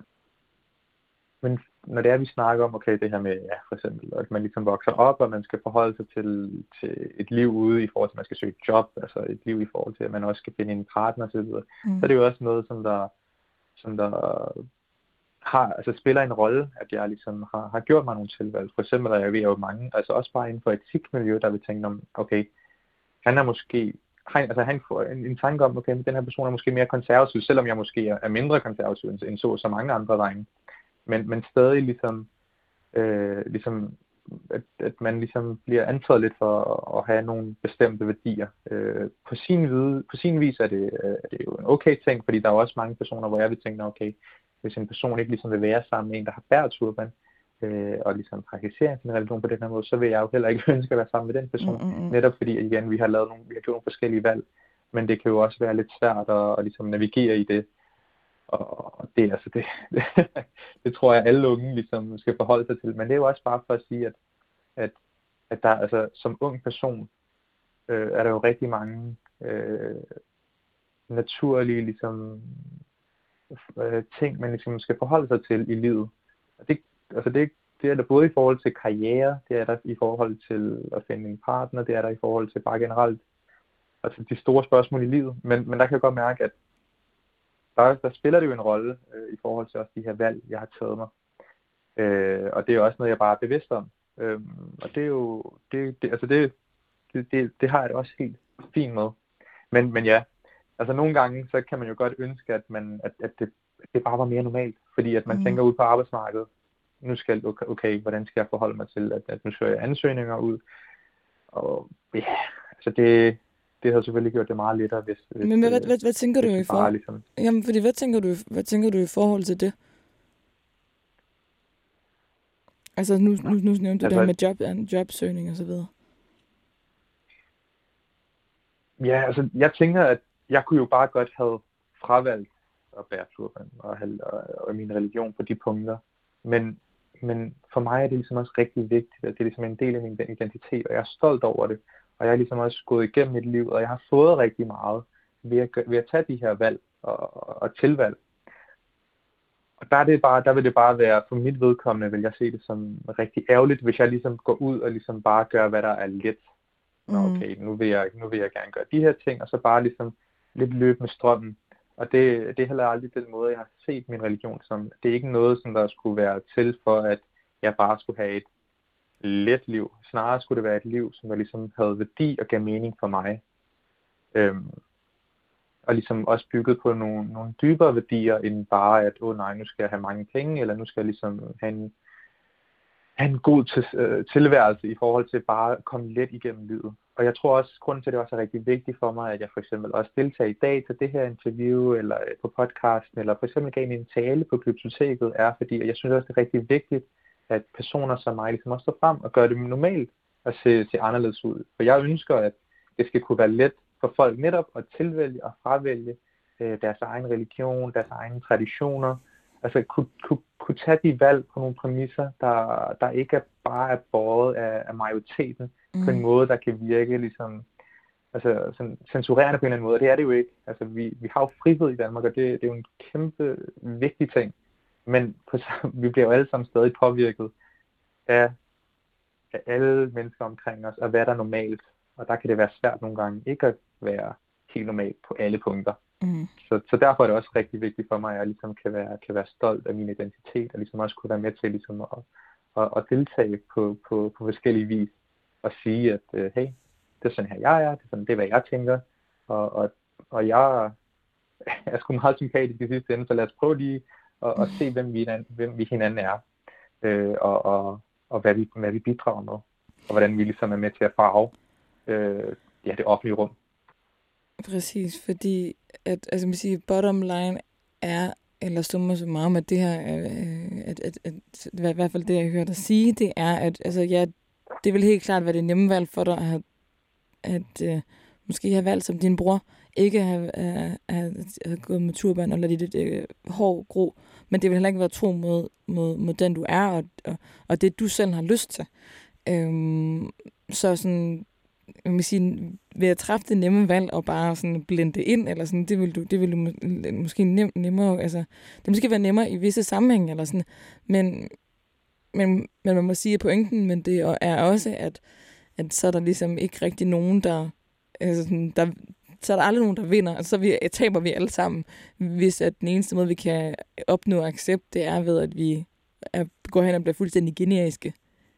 men når det er, vi snakker om, okay, det her med, ja, for eksempel, at man ligesom vokser op, og man skal forholde sig til, til et liv ude i forhold til, at man skal søge et job, altså et liv i forhold til, at man også skal finde en partner osv., mm. så er det jo også noget, som der, som der har, altså spiller en rolle, at jeg ligesom har, har gjort mig nogle tilvalg. For eksempel er jeg ved jo mange, altså også bare inden for etikmiljø, der vil tænke om, okay, han er måske, han, altså han får en, en tanke om, okay, den her person er måske mere konservativ, selvom jeg måske er, er mindre konservativ end, end så så mange andre drenge. Men, men stadig ligesom, øh, ligesom at, at man ligesom bliver antaget lidt for at, at have nogle bestemte værdier. Øh, på, sin vide, på sin vis er det, er det jo en okay ting, fordi der er også mange personer, hvor jeg vil tænke, okay, hvis en person ikke ligesom vil være sammen med en, der har bæret turban, øh, og ligesom praktiserer sin religion på den her måde, så vil jeg jo heller ikke ønske at være sammen med den person. Mm, mm, mm. Netop fordi, igen, vi har lavet nogle, vi har gjort nogle forskellige valg, men det kan jo også være lidt svært at, at ligesom navigere i det. Og det, altså det, det, det tror jeg, alle unge ligesom skal forholde sig til. Men det er jo også bare for at sige, at, at, at der, altså, som ung person øh, er der jo rigtig mange øh, naturlige ligesom, øh, ting, man ligesom skal forholde sig til i livet. Og det, altså det, det er der både i forhold til karriere, det er der i forhold til at finde en partner, det er der i forhold til bare generelt altså de store spørgsmål i livet. Men, men der kan jeg godt mærke, at Der, der spiller det jo en rolle øh, i forhold til også de her valg, jeg har taget mig. Øh, og det er også noget, jeg bare er bevidst om. Øh, og det er jo, det, det, altså det, det, det, det har jeg det også helt fint med. Men, men ja, altså nogle gange, så kan man jo godt ønske, at, man, at, at det, det bare var mere normalt. Fordi at man mm. tænker ud på arbejdsmarkedet, nu skal okay, okay, hvordan skal jeg forholde mig til, at, at nu søger jeg ansøgninger ud. Og ja, altså det... Det har selvfølgelig gjort det meget lettere, hvis... hvis Men hvad, hvad, hvad, hvad tænker du i forhold... Ligesom... Jamen, fordi hvad tænker du, hvad tænker du i forhold til det? Altså, nu, nu, nu nævnte du altså, det her med job, jobsøgning og så videre. Ja, altså, jeg tænker, at jeg kunne jo bare godt have fravalgt at bære turban og, og, og min religion på de punkter. Men, men for mig er det ligesom også rigtig vigtigt, at det er ligesom en del af min identitet, og jeg er stolt over det. Og jeg har ligesom også gået igennem mit liv, og jeg har fået rigtig meget ved at, ved at tage de her valg og, og, og tilvalg. Og der, er det bare, der vil det bare være, for mit vedkommende vil jeg se det som rigtig ærgerligt, hvis jeg ligesom går ud og ligesom bare gør, hvad der er let. Nå, okay, nu vil, jeg, nu vil jeg gerne gøre de her ting, og så bare ligesom lidt løbe med strømmen. Og det, det er heller aldrig den måde, jeg har set min religion som. Det er ikke noget, som der skulle være til for, at jeg bare skulle have et let liv. Snarere skulle det være et liv, som der ligesom havde værdi og gav mening for mig. Øhm, og ligesom også bygget på nogle, nogle dybere værdier, end bare at, åh oh, nej, nu skal jeg have mange penge, eller nu skal jeg ligesom have en, have en god til, øh, tilværelse i forhold til bare at komme let igennem livet. Og jeg tror også, grunden til, at det også er rigtig vigtigt for mig, at jeg for eksempel også deltager i dag til det her interview, eller på podcasten, eller for eksempel gav en tale på Glyptoteket, er fordi, jeg synes også, det er rigtig vigtigt, at personer som mig ligesom også står frem og gør det normalt at se, se anderledes ud. For jeg ønsker, at det skal kunne være let for folk netop at tilvælge og fravælge øh, deres egen religion, deres egne traditioner. Altså kunne, kunne, kunne tage de valg på nogle præmisser, der, der ikke er bare er båret af, af majoriteten, mm. på en måde, der kan virke ligesom, altså, sådan, censurerende på en eller anden måde. Det er det jo ikke. Altså, vi, vi har jo frihed i Danmark, og det, det er jo en kæmpe vigtig ting. Men på, vi bliver jo alle sammen stadig påvirket af, af alle mennesker omkring os, og hvad der er normalt. og der kan det være svært nogle gange ikke at være helt normalt på alle punkter. Mm. Så, så derfor er det også rigtig vigtigt for mig, at jeg ligesom kan være, kan være stolt af min identitet, og ligesom også kunne være med til ligesom at, at, at deltage på, på, på forskellige vis, og sige, at uh, hey, det er sådan her jeg er, det er sådan, det er hvad jeg tænker, og, og, og jeg er sgu meget sympatisk i sidste ende, så lad os prøve lige at, at se, hvem vi, hvem vi hinanden er, øh, og, og, og hvad, vi, hvad vi bidrager med, og hvordan vi ligesom er med til at farve øh, ja, det offentlige rum. Præcis, fordi at, altså man siger, bottom line er, eller summa summarum, at det her, øh, at, at, at, at, i hvert fald det, jeg hører dig sige, det er, at altså, ja, det vil helt klart være det nemme valg for dig, at, have, at øh, måske have valgt som din bror, ikke have, have, have, have gået med turban og ladet dit øh, hår gro, men det vil heller ikke være tro mod, mod, mod den, du er, og, og, og det, du selv har lyst til. Øhm, så sådan, jeg vil sige, ved at træffe det nemme valg og bare sådan blende ind, eller sådan, det vil du, det vil du må, måske nem, nemmere, altså, det måske være nemmere i visse sammenhænge, eller sådan, men, men, men man må sige, at pointen, men det er også, at, at så er der ligesom ikke rigtig nogen, der, altså sådan, der, så er der aldrig nogen, der vinder, altså så vi, taber vi alle sammen, hvis at den eneste måde, vi kan opnå accept, det er ved, at vi er, går hen og bliver fuldstændig generiske.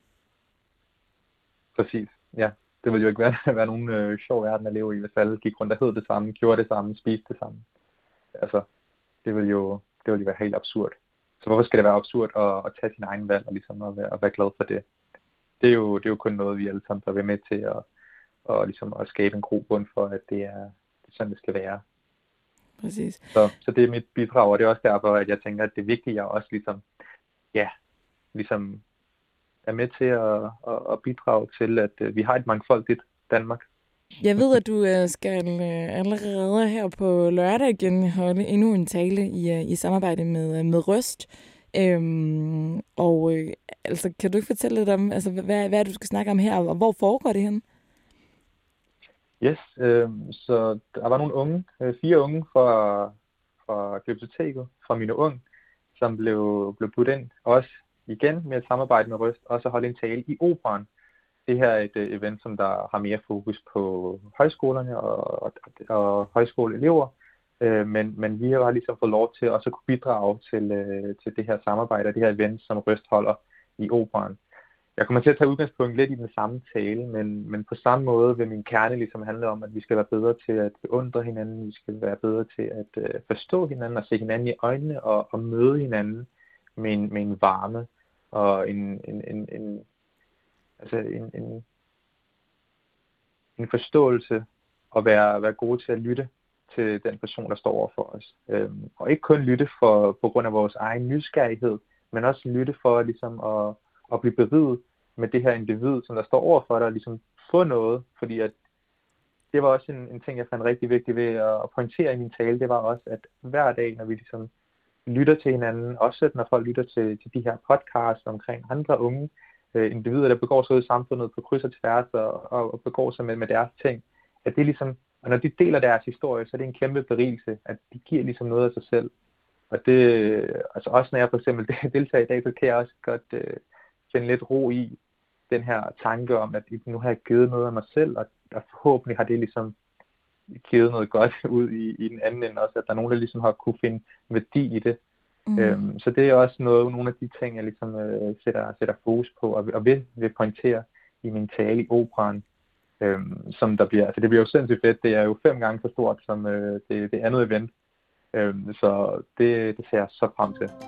Præcis, ja. Det ville jo ikke være, være nogen øh, sjov verden at leve i, hvis alle gik rundt og hed det samme, gjorde det samme, spiste det samme. Altså, det ville jo, det ville jo være helt absurd. Så hvorfor skal det være absurd at, at tage sin egen valg og ligesom at være, at være glad for det? Det er, jo, det er jo kun noget, vi alle sammen bør være med til at, og ligesom at skabe en grobund for, at det er, det er sådan, det skal være. Præcis. Så, så det er mit bidrag, og det er også derfor, at jeg tænker, at det er vigtigt, at jeg også ligesom, ja, ligesom er med til at, at, at bidrage til, at uh, vi har et mangfoldigt Danmark. Jeg ved, at du uh, skal uh, allerede her på lørdag igen holde endnu en tale i, uh, i samarbejde med, uh, med Røst. Øhm, og uh, altså, kan du ikke fortælle lidt om, altså, hvad, hvad er det, du skal snakke om her, og hvor foregår det henne? Yes, øh, så der var nogle unge, øh, fire unge fra, fra biblioteket, fra Mine Ung, som blev, blev budt ind, også igen med et samarbejde med Røst, og så holde en tale i Operaen. Det her er et uh, event, som der har mere fokus på højskolerne og, og, og højskoleelever, øh, men, men vi har ligesom fået lov til også at kunne bidrage til, øh, til det her samarbejde og det her event, som Røst holder i Operaen. Jeg kommer til at tage udgangspunkt lidt i den samme tale, men, men på samme måde vil min kerne ligesom handle om, at vi skal være bedre til at beundre hinanden, vi skal være bedre til at øh, forstå hinanden og se hinanden i øjnene og, og møde hinanden med en, med en varme og en, en, en, en, altså en, en, en forståelse og være, være gode til at lytte til den person, der står over for os. Øhm, og ikke kun lytte for, på grund af vores egen nysgerrighed, men også lytte for ligesom at, at blive beriget med det her individ, som der står over for dig, og ligesom få noget, fordi at det var også en, en ting, jeg fandt rigtig vigtigt ved at pointere i min tale, det var også, at hver dag, når vi ligesom lytter til hinanden, også når folk lytter til, til de her podcasts omkring andre unge øh, individer, der begår sig ud i samfundet på kryds og tværs og, og, og begår sig med, med deres ting, at det ligesom, og når de deler deres historie, så er det en kæmpe berigelse, at de giver ligesom noget af sig selv. Og det, altså også når jeg for eksempel deltager i dag, så kan jeg også godt øh, finde lidt ro i den her tanke om, at nu har jeg givet noget af mig selv, og, og forhåbentlig har det ligesom givet noget godt ud i, i den anden ende også, at der er nogen, der ligesom har kunne finde værdi i det. Mm. Øhm, så det er også noget, nogle af de ting, jeg ligesom øh, sætter, sætter fokus på, og, og vil, vil pointere i min tale i Operaen, øhm, som der bliver, altså det bliver jo sindssygt fedt, det er jo fem gange så stort som øh, det, det andet event, øhm, så det, det ser jeg så frem til.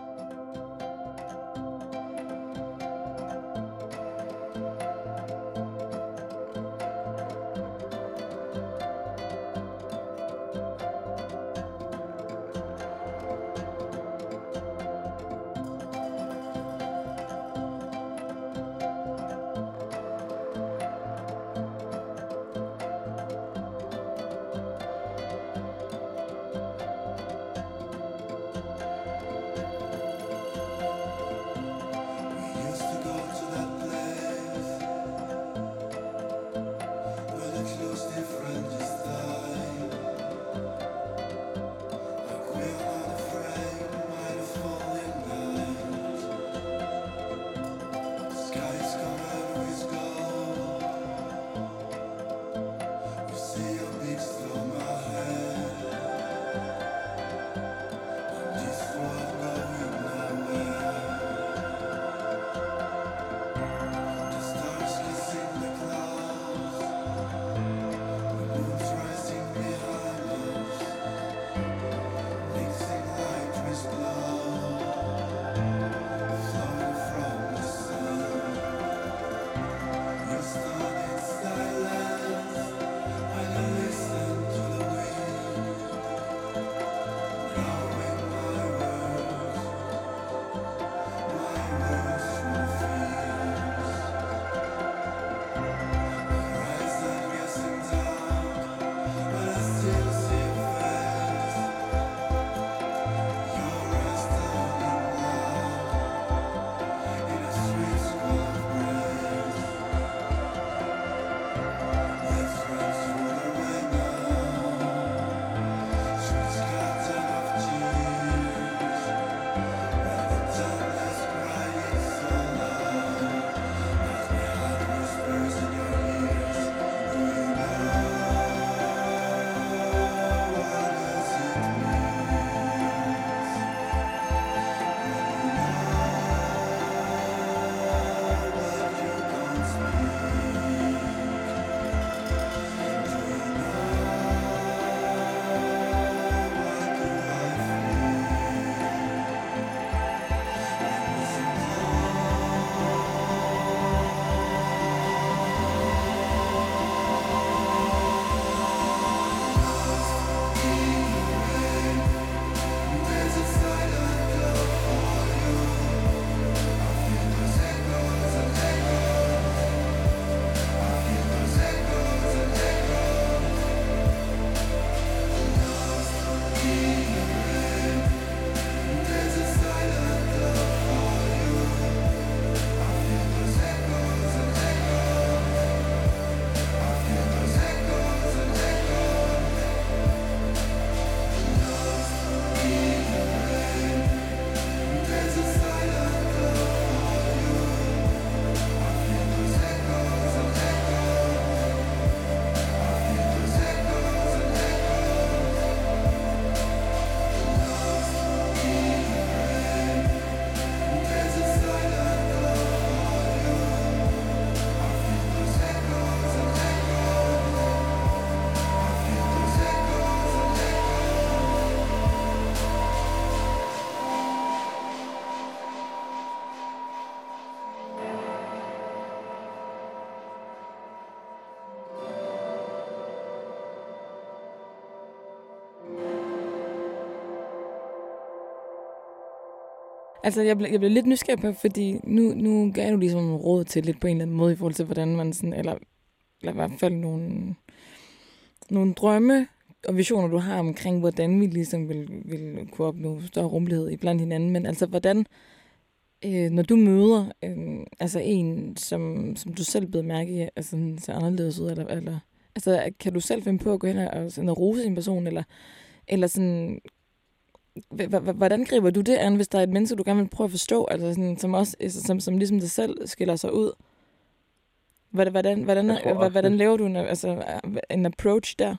altså jeg blev, jeg blev lidt nysgerrig på, fordi nu, nu gav du ligesom nogle råd til lidt på en eller anden måde i forhold til, hvordan man sådan, eller, eller i hvert fald nogle, nogle drømme og visioner, du har omkring, hvordan vi ligesom vil, vil kunne opnå større rummelighed i blandt hinanden. Men altså, hvordan, øh, når du møder øh, altså en, som, som du selv blev mærke i, altså ser anderledes ud, eller, eller altså, kan du selv finde på at gå hen og, sådan, og rose en person, eller, eller sådan, hvordan griber du det an, hvis der er et menneske, du gerne vil prøve at forstå, altså sådan, som, også, som, som ligesom dig selv skiller sig ud? Hvordan, hvordan, hvordan, hvordan, hvordan laver du en, altså, en approach der?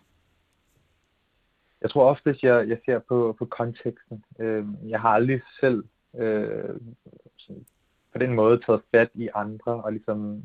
Jeg tror ofte, at jeg, jeg ser på, på konteksten. Øh, jeg har aldrig selv øh, sådan, på den måde taget fat i andre og ligesom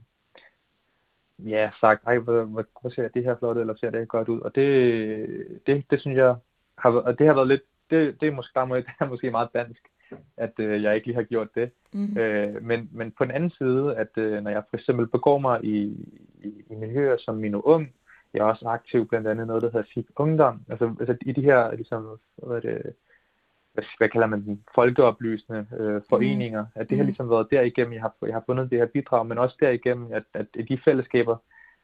ja, sagt, ej, hvor, hvor, hvor ser det her flot, eller ser det godt ud? Og det, det, det synes jeg, har, og det har været lidt, det, det er måske, der må, det er måske meget dansk, at øh, jeg ikke lige har gjort det. Mm-hmm. Øh, men, men på den anden side, at øh, når jeg for eksempel begår mig i, i, i miljøer som Mino Ung, jeg er også aktiv blandt andet noget, der hedder F I K Ungdom, altså, altså i de her, ligesom, hvad er det, hvad, hvad kalder man den, folkeoplysende øh, foreninger, mm. at det har ligesom været derigennem, jeg har, jeg har fundet det her bidrag, men også derigennem, at, at de fællesskaber,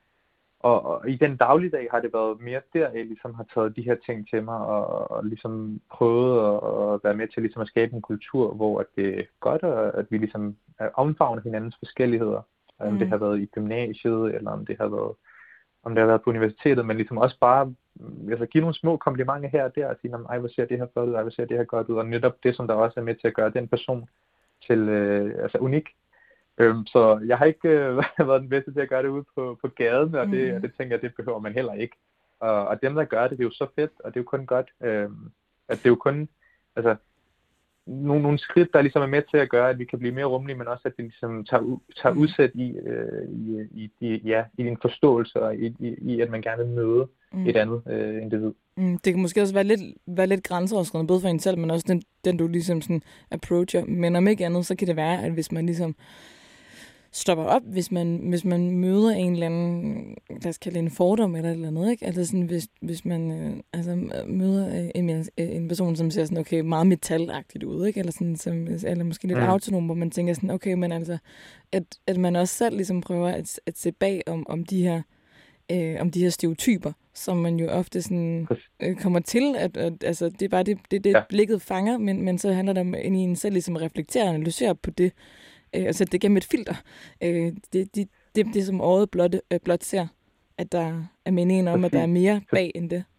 og, og i den dagligdag har det været mere der, jeg ligesom har taget de her ting til mig, og, og ligesom prøvet at, at være med til ligesom at skabe en kultur, hvor at det er godt, at vi ligesom omfavner hinandens forskelligheder, mm. om det har været i gymnasiet, eller om det har været om det har været på universitetet, men ligesom også bare altså, give nogle små komplimenter her og der, og sige, ej, hvor ser det her flot ud, ej, hvor ser det her godt ud, og netop det, som der også er med til at gøre den person til øh, altså unik. Øhm, så jeg har ikke øh, været den bedste til at gøre det ude på, på gaden, og det, mm. og det tænker jeg, det behøver man heller ikke. Og, og dem, der gør det, det er jo så fedt, og det er jo kun godt, øh, at det er jo kun, altså, nogle, nogle skridt, der ligesom er med til at gøre, at vi kan blive mere rummelige, men også at vi ligesom tager, tager udsæt i, øh, i, i, i, ja, i din forståelse, og i, i, i at man gerne vil møde mm. et andet øh, individ. Mm, det kan måske også være lidt, være lidt grænseoverskridende, både for en selv, men også den, den du ligesom sådan approacher. Men om ikke andet, så kan det være, at hvis man ligesom stopper op, hvis man, hvis man møder en eller anden, lad os kalde det en fordom eller et eller andet, ikke? Altså sådan, hvis, hvis man øh, altså, møder en, en person, som ser sådan, okay, meget metalagtigt ud, ikke? Eller, sådan, som, eller måske lidt mm. autonom, hvor man tænker sådan, okay, men altså, at, at man også selv ligesom prøver at, at se bag om, om de her øh, om de her stereotyper, som man jo ofte sådan, øh, kommer til, at, at altså, det er bare det, det, det ja. blikket fanger, men, men så handler det om, at en selv ligesom reflekterer og analyserer på det, øh, og sætte det gennem et filter. Øh, det, det, det er det, som øjet blot, øh, blot ser, at der er meningen om, at der er mere bag end det.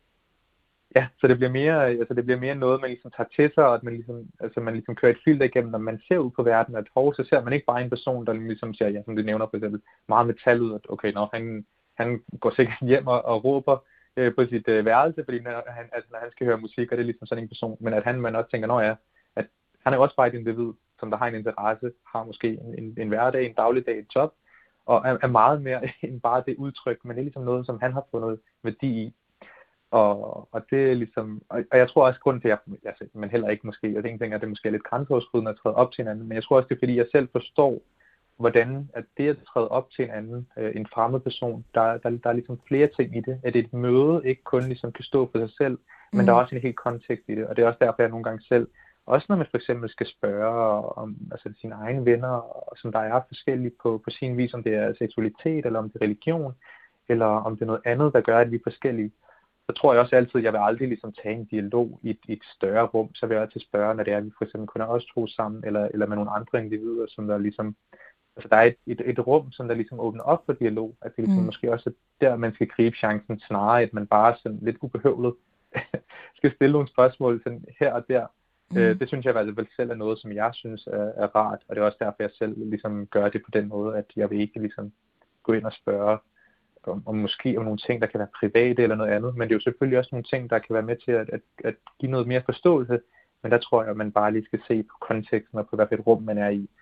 Ja, så det bliver mere, altså det bliver mere noget, man ligesom tager til sig, og at man ligesom, altså man ligesom kører et filter igennem, når man ser ud på verden, at hov, så ser man ikke bare en person, der ligesom siger, ja, som du nævner for eksempel, meget metal ud, at okay, nå, han, han går sikkert hjem og, og råber øh, på sit øh, værelse, fordi når han, altså, når han skal høre musik, og det er ligesom sådan en person, men at han, man også tænker, nå ja, at han er også bare et individ, som der har en interesse, har måske en, en, en hverdag, en dagligdag, et job, og er, er meget mere end bare det udtryk, men det er ligesom noget, som han har fundet værdi i. Og, og det er ligesom, og, og jeg tror også, grunden til, at jeg, altså, men heller ikke måske, jeg tænker, at det måske er lidt grænseoverskridende at træde op til hinanden, men jeg tror også, det er fordi, jeg selv forstår, hvordan at det at træde op til en anden, øh, en fremmed person, der, der, der er ligesom flere ting i det, at et møde ikke kun ligesom kan stå for sig selv, men mm. der er også en helt kontekst i det, og det er også derfor, jeg nogle gange selv, også når man for eksempel skal spørge om altså, sine egne venner, som der er forskellige på, på sin vis, om det er seksualitet, eller om det er religion, eller om det er noget andet, der gør, at vi er forskellige, så tror jeg også altid, at jeg vil aldrig ligesom tage en dialog i et, i et større rum, så vil jeg altid spørge, når det er, at vi for eksempel kun er os to sammen, eller, eller med nogle andre individer, som der ligesom, altså der er et, et, et rum, som der ligesom åbner op for dialog, at det ligesom mm. måske også er der, man skal gribe chancen, snarere at man bare sådan lidt ubehøvlet skal stille nogle spørgsmål sådan her og der. Mm. Øh, det synes jeg i hvert fald selv er noget, som jeg synes er, er rart, og det er også derfor, jeg selv ligesom gør det på den måde, at jeg vil ikke ligesom gå ind og spørge, Om, om måske om nogle ting, der kan være private eller noget andet, men det er jo selvfølgelig også nogle ting, der kan være med til at, at, at give noget mere forståelse, men der tror jeg, at man bare lige skal se på konteksten og på, hvad for et rum man er i,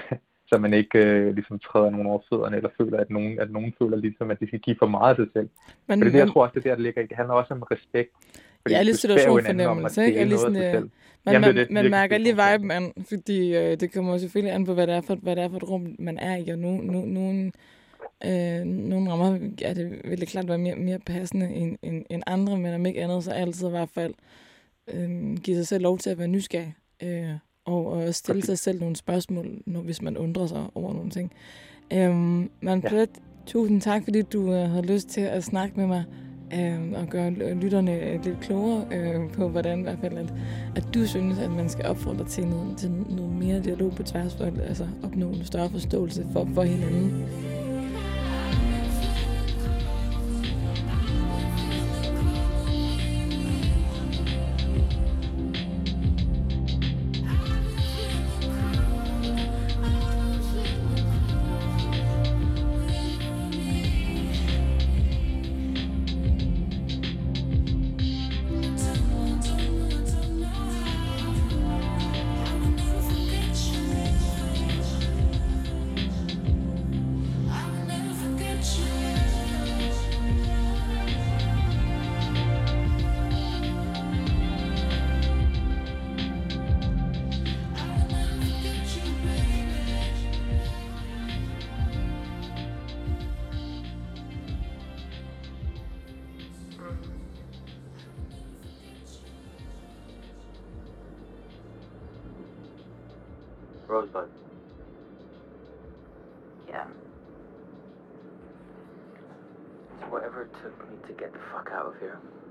så man ikke øh, ligesom træder nogen over fødderne, eller føler, at nogen, at nogen føler ligesom, at de skal give for meget af sig selv. Men, fordi det, jeg tror også, det der, der ligger i, det handler også om respekt. Ja, lidt situationfornemmelse, ikke? Ligesom, man, Jamen, man, det, man mærker lige viben an, fordi øh, det kommer selvfølgelig an på, hvad det er for, hvad det er for et rum, man er i, og nu, nu, nogen Øh, nogle rammer er det virkelig klart være mere, mere passende end, end, end andre, men om ikke andet, så altid i hvert fald øh, give sig selv lov til at være nysgerrig. Øh, og, og stille sig selv nogle spørgsmål, når, hvis man undrer sig over nogle ting. Øhm, men Ja. Plet, tusind tak, fordi du øh, havde lyst til at snakke med mig øh, og gøre lytterne lidt klogere øh, på, hvordan i hvert fald, at, at du synes, at man skal opfordre til noget, til noget mere dialog på tværs for at altså, opnå en større forståelse for, for hinanden. Rosebud. Yeah. It's whatever it took me to get the fuck out of here.